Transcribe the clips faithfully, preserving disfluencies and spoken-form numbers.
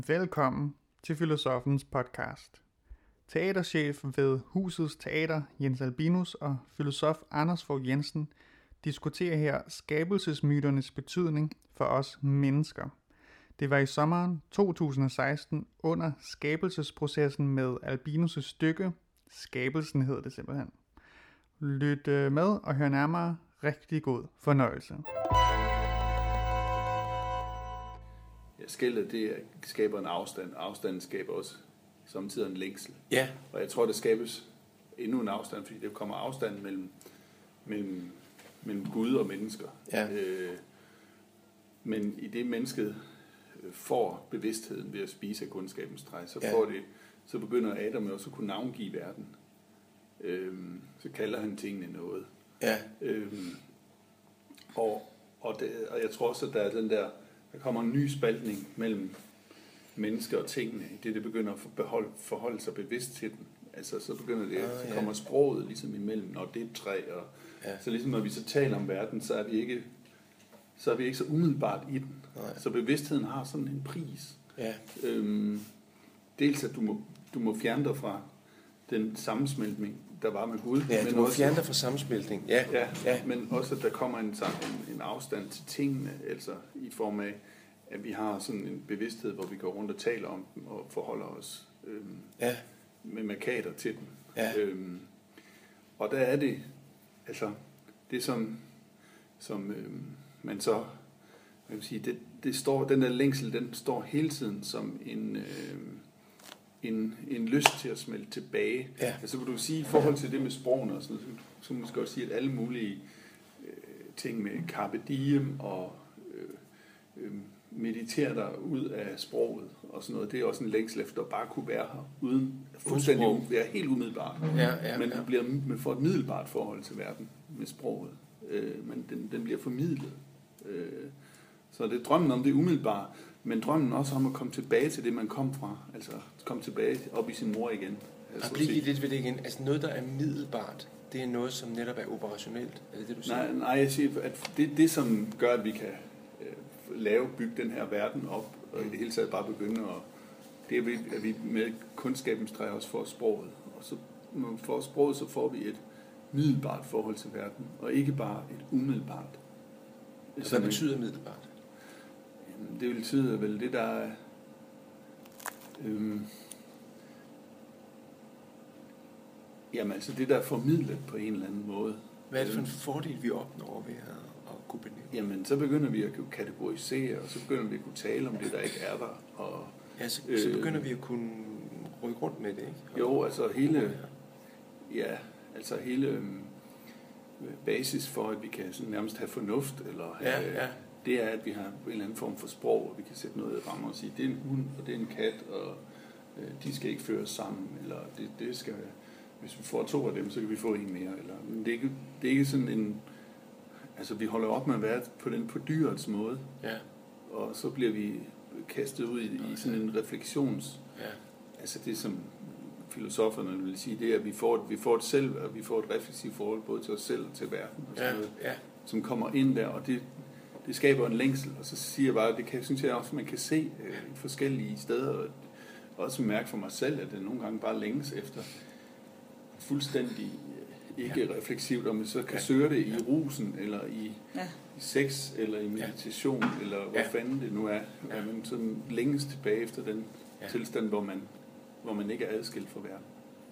Velkommen til Filosofens podcast. Teaterchef ved Husets Teater Jens Albinus og filosof Anders Fogh Jensen diskuterer her skabelsesmyternes betydning for os mennesker. Det var i sommeren to tusind og seksten under skabelsesprocessen med Albinus' stykke. Skabelsen hed det simpelthen. Lyt med og hør nærmere. Rigtig god fornøjelse. Ja, skellet, det skaber en afstand. Afstanden skaber også samtidig en længsel. Ja. Og jeg tror, der skabes endnu en afstand, fordi der kommer afstand mellem, mellem, mellem Gud og mennesker. Ja. Øh, men i det mennesket får bevidstheden ved at spise af kundskabens træ, så, Ja. får det, så begynder Adam også at kunne navngive verden. Øh, så kalder han tingene noget. Ja. Øh, og, og, det, og jeg tror også, at der er den der Der kommer en ny spaltning mellem mennesker og tingene, i det det begynder at forholde, forholde sig bevidst til den. Altså så begynder det, ah, så ja. kommer sproget ligesom imellem, når det er et træ. Og, Ja. Så ligesom når vi så taler om verden, så er vi ikke så, er vi ikke så umiddelbart i den. Nej. Så bevidstheden har sådan en pris. Ja. Øhm, dels at du må, du må fjerne dig fra den sammensmeltning, der var med Gud. Ja, men du må også, fjerne dig fra sammensmeltning. Ja. Ja, Ja. men også at der kommer en, en, en afstand til tingene, altså i form af, at vi har sådan en bevidsthed, hvor vi går rundt og taler om dem og forholder os øhm, Ja. med markader til dem. Ja. Øhm, og der er det, altså det som, som øhm, man så, man kan sige, det, det står, den der længsel, den står hele tiden som en, øhm, en, en lyst til at smelte tilbage. Ja. Altså kan du sige, i forhold til det med sprogene og sådan noget, så kan man måske godt sige, at alle mulige øh, ting med carpe diem og øh, øh, meditere dig ud af sproget og sådan noget, det er også en længsel efter at bare kunne være her, uden fuldstændig sprog. være helt umiddelbart. Ja, ja, men ja. du bliver, man får et middelbart forhold til verden med sproget, øh, men den, den bliver formidlet. Øh, så det er drømmen om det umiddelbare, men drømmen også om at komme tilbage til det, man kom fra, altså komme tilbage op i sin mor igen. Altså, Og bliv lige lidt ved det igen. Altså noget, der er middelbart, det er noget, som netop er operationelt. Er det det, du siger? Nej, nej, jeg siger, at det det, som gør, at vi kan øh, lave, bygge den her verden op, og i det hele taget bare begynde at, det er, at vi med kundskabens træ også får sproget. Og så når vi får sproget, så får vi et middelbart forhold til verden, og ikke bare et umiddelbart. Og hvad betyder middelbart? Jamen, det vil betyde vel det, der er... Øhm, jamen altså det, der er formidlet på en eller anden måde. Hvad er det for en fordel, vi opnår ved at, at kunne benævne? Jamen, så begynder vi at kunne kategorisere, og så begynder vi at kunne tale om det, der ikke er der. Og, Ja, så, så begynder vi at kunne rykke rundt med det, ikke? Og, jo, altså hele, ja, altså hele øhm, basis for, at vi kan sådan nærmest have fornuft, eller have, Ja, ja. det er, at vi har en eller anden form for sprog, og vi kan sætte noget i rammer og sige, det er en hund, og det er en kat, og øh, de skal ikke føres sammen, eller det, det skal, hvis vi får to af dem, så kan vi få en mere. Eller, men det er ikke, det er ikke sådan en, altså vi holder op med at være på den på dyrets måde, Ja. og så bliver vi kastet ud i, i sådan en refleksions, Ja. altså det som filosoferne vil sige, det er, at vi får, et, vi får et selv, og vi får et refleksivt forhold både til os selv og til verden, og sådan Ja. noget, Ja. som kommer ind der, og det, det skaber en længsel, og så siger jeg bare, det kan, synes jeg også, man kan se øh, forskellige steder, og også mærke for mig selv, at det nogle gange bare længes efter fuldstændig øh, ikke ja. refleksivt, om man så kan ja. søge det i rusen, eller i, Ja. i sex, eller i meditation, ja. eller hvad Ja. fanden det nu er, Ja. at man sådan længes tilbage efter den Ja. tilstand, hvor man, hvor man ikke er adskilt fra verden.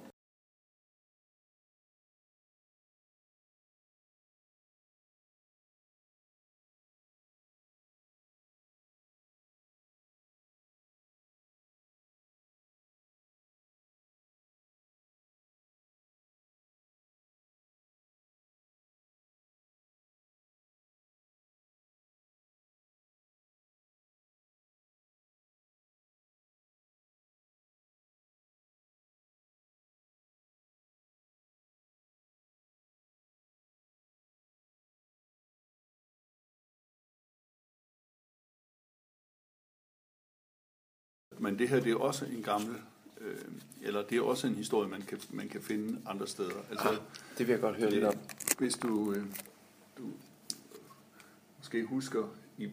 Men det her, det er også en gammel, øh, eller det er også en historie, man kan, man kan finde andre steder. Altså, Ah, det vil jeg godt høre lidt om. Hvis du, øh, du måske husker i, i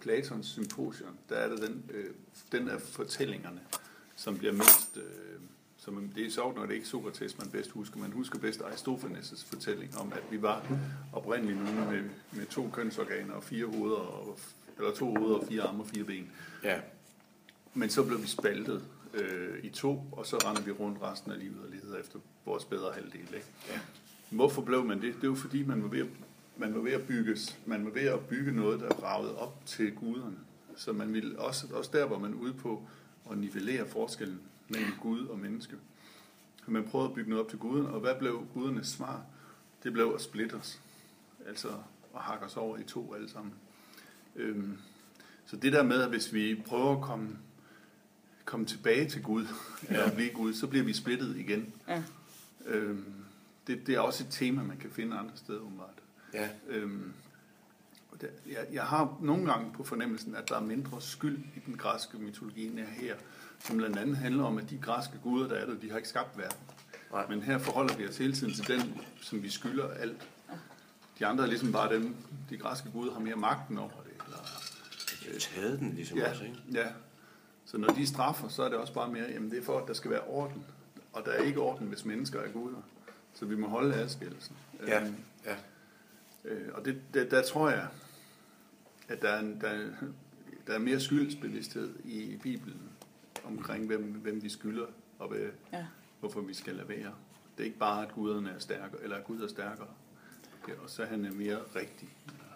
Platons Symposion, der er der den, øh, den af fortællingerne, som bliver mest... Øh, som, det er sjovt, når det ikke er Sokrates, man bedst husker. Man husker bedst Aristofanes' fortælling om, at vi var oprindeligt nogen med, med to kønsorganer og fire hoveder, og, eller to hoveder og fire arme og fire ben. Ja. Men så blev vi spaltet øh, i to, og så render vi rundt resten af livet og leder efter vores bedre halvdel. Ikke? Ja. Hvorfor blev man det? Det er jo fordi, man var ved at, man var ved at, bygges, man var ved at bygge noget, der ragede op til guderne. Så man ville også, også der, hvor man ude på at nivellere forskellen mellem Gud og menneske. Man prøvede at bygge noget op til guderne, og hvad blev gudernes svar? Det blev at splitte os. Altså at hakke os over i to alle sammen. Øhm, så det der med, at hvis vi prøver at komme, komme tilbage til Gud, ja. eller blive Gud, så bliver vi splittet igen. Ja. Øhm, det, det er også et tema, man kan finde andre steder umiddelbart. Ja. Øhm, jeg, jeg har nogle gange på fornemmelsen, at der er mindre skyld i den græske mytologi end her, som blandt andet handler om, at de græske guder, der er der, de har ikke skabt verden. Nej. Men her forholder vi os hele tiden til den, som vi skylder alt. De andre er ligesom bare dem, de græske guder har mere magten over det. Eller, de har taget den ligesom ja, også, ikke? Ja. Så når de straffer, så er det også bare mere, jamen det er for, at der skal være orden. Og der er ikke orden, hvis mennesker er guder. Så vi må holde adskillelsen. Ja, ja. Øh, og det, det, der tror jeg, at der er, en, der, der er mere skyldsbevidsthed i Bibelen omkring, hvem, hvem vi skylder, og hvad, ja. hvorfor vi skal lade være. Det er ikke bare, at guderne er stærkere, eller at Gud er stærkere. Okay, og så er han mere rigtig.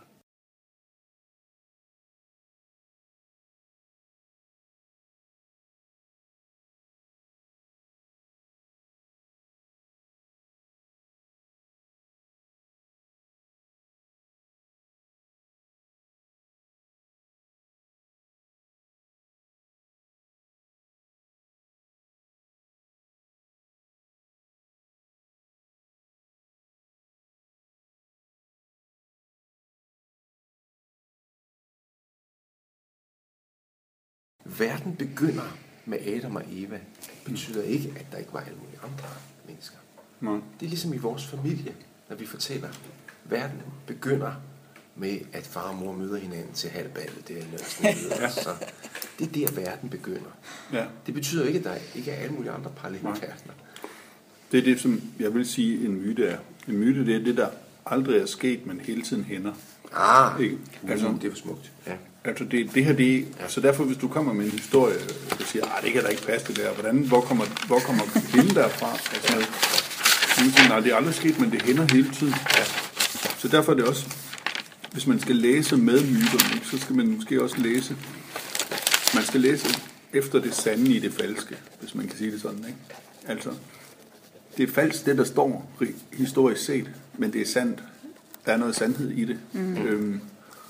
Verden begynder med Adam og Eva, betyder ikke, at der ikke var alle mulige andre mennesker. Nej. Det er ligesom i vores familie, når vi fortæller, verden begynder med, at far og mor møder hinanden til halvballet der i Nørresnede. Ja. Så det er der, verden begynder. Ja. Det betyder ikke, at der ikke er alle mulige andre parallelle verdener. Det er det, som jeg vil sige, en myte er. En myte, det er det, der aldrig er sket, men hele tiden hænder. Ah, ikke? Altså, det er for smukt. Ja. Altså det, det her, det ja. Så derfor, hvis du kommer med en historie, og siger, ah, det kan da ikke passe det der, hvordan, hvor kommer, hvor kommer hende derfra? Altså, ja. Nej, det er aldrig sket, men det hænder hele tiden. Ja. Så derfor er det også, hvis man skal læse med myterne, så skal man måske også læse, man skal læse efter det sande i det falske, hvis man kan sige det sådan, ikke? Altså, det er falsk, det der står historisk set, men det er sandt. Der er noget sandhed i det. Mm. Øhm,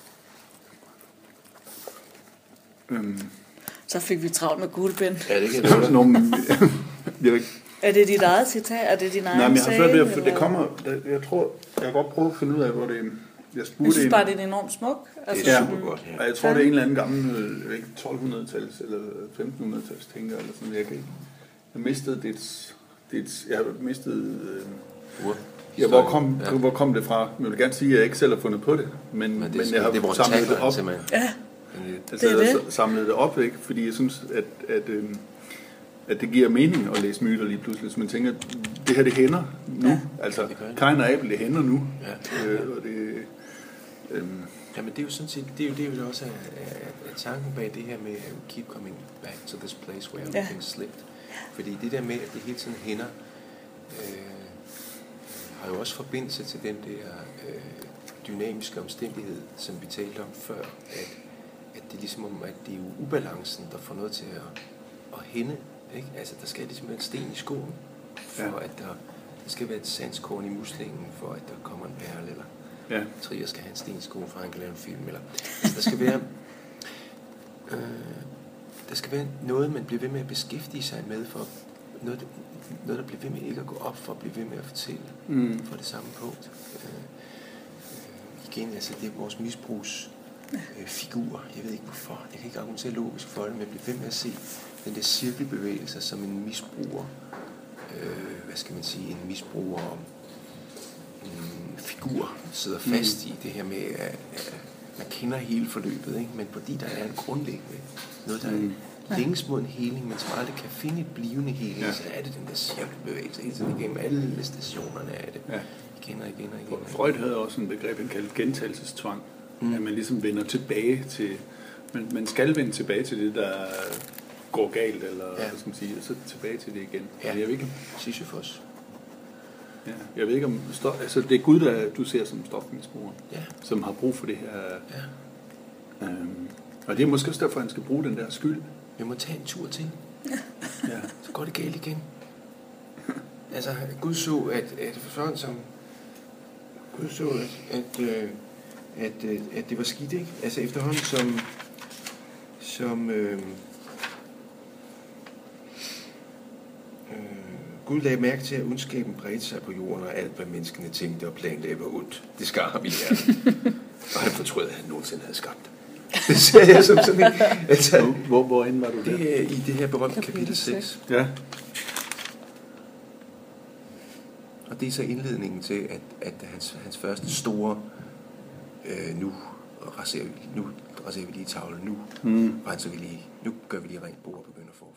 øhm. Så fik vi travlt med guldbind. Ja, det kan det være. Nogle, jeg, er det dit eget citat? Er det din egen nej, men jeg har svært ved, for det kommer, jeg tror, jeg kan godt prøve at finde ud af, hvor det jeg spurgte. Jeg synes bare, det er enormt smuk. Altså, det er super godt, ja. Og jeg tror, det er en eller anden gammel, ikke, tolv-hundrede-tals eller femten-hundrede-tals tænker, eller sådan, jeg kan ikke. Jeg mistede det, det jeg har mistet, øh, uh. Ja, hvor kom, ja. hvor kom det fra? Jeg vil gerne sige, at jeg ikke selv har fundet på det, men, men, men jeg har det samlet det op. Ja, altså, det er det. Samlet det op, ikke? Fordi jeg synes, at, at, øh, at det giver mening at læse myter lige pludselig. Så man tænker, det her, det hænder nu. Ja. Altså, Kain og Abel, det hænder nu. Ja. Øh, og det, øh, Jamen, det er jo sådan set, det er jo det, er jo også er, er, er tanken bag det her med at keep coming back to this place where everything ja. slipped. Fordi det der med, at det hele tiden hænder, øh, har jo også forbindelse til den der øh, dynamiske omstændighed, som vi talte om før, at, at det er ligesom om, at det er jo ubalancen, der får noget til at, at hænde. Ikke? Altså, der skal ligesom være en sten i skoen, for ja. at der, der skal være et sandskorn i muslingen, for at der kommer en perle, eller ja. Trier skal have en sten i skoen, for at han kan lave en film. Eller, altså, der skal være... Øh, der skal være noget, man bliver ved med at beskæftige sig med, for noget, noget der bliver ved med ikke at gå op, for at blive ved med at fortælle mm. for det samme punkt. Øh, øh, igen, altså det er vores misbrugsfigur. Øh, jeg ved ikke hvorfor. Jeg kan ikke argumentere logisk for det, men jeg bliver ved med at se den der cirkelbevægelse som en misbruger. Øh, hvad skal man sige? En misbruger, en figur sidder fast mm. i det her med at, at man kender hele forløbet, ikke? Men fordi der er en grundlæggende noget, der mm. er længes mod en heling, men som aldrig kan finde et blivende heling, ja. Så er det den der cirkelbevægelse hele tiden igennem alle stationerne af det. Ja. Igen og igen og igen. Og Freud havde også en begreb, han kaldte gentagelsestvang. Mm. At man ligesom vender tilbage til... Man, man skal vende tilbage til det, der går galt, eller ja. Hvad skal man sige, og så tilbage til det igen. Ja, jeg ved ikke, Sisyfos. Ja, jeg ved ikke om... Stof, altså det er Gud, der du ser som stofmisbruger, ja. Som har brug for det her... Ja. Øhm, og det er måske også derfor, han skal bruge den der skyld. Vi må tage en tur til. Ja. Så går det galt igen. Altså, Gud så, at, at for som... Gud så, at, at, at, at, at det var skidt, ikke? Altså efterhånden som... Som... Øh, øh, Gud lagde mærke til, at ondskaben bredte sig på jorden, og alt, hvad menneskene tænkte og planlagde, var ondt. Det skar ham i hjertet. Og han fortrød, at han nogensinde havde skabt det. Det ser jeg som sådan en... Altså, hvor, hvorinde var du der? Det er i det her berømte kapitel seks. Ja. Og det er så indledningen til, at, at hans, hans første store... Øh, nu raserer vi, nu raserer vi lige tavlen nu. Mm. Og han så vi lige... Nu gør vi lige rent bord og begynder forfra.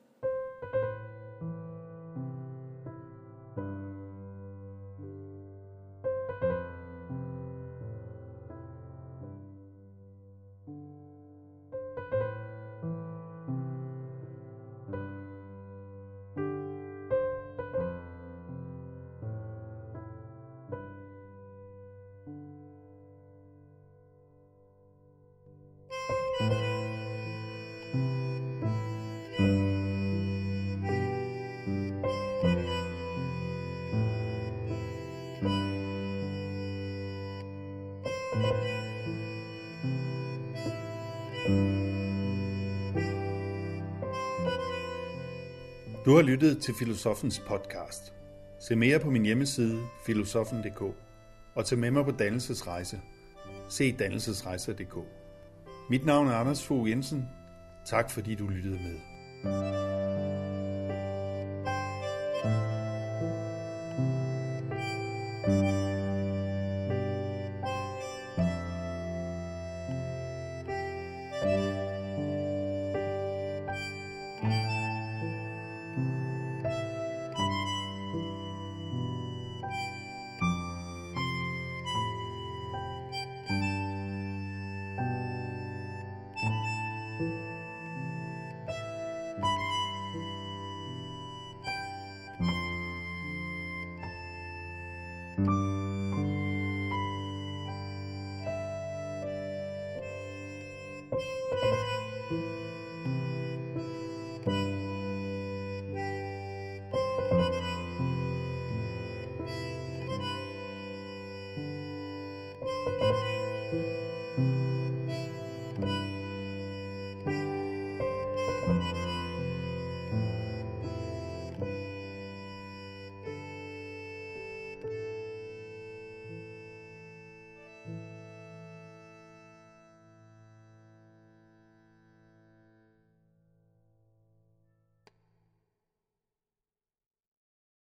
Du har lyttet til Filosofens podcast. Se mere på min hjemmeside filosofen punktum d k og tag med mig på dannelsesrejse. Se dannelsesrejser punktum d k. Mit navn er Anders Fogh Jensen. Tak fordi du lyttede med. Thank you.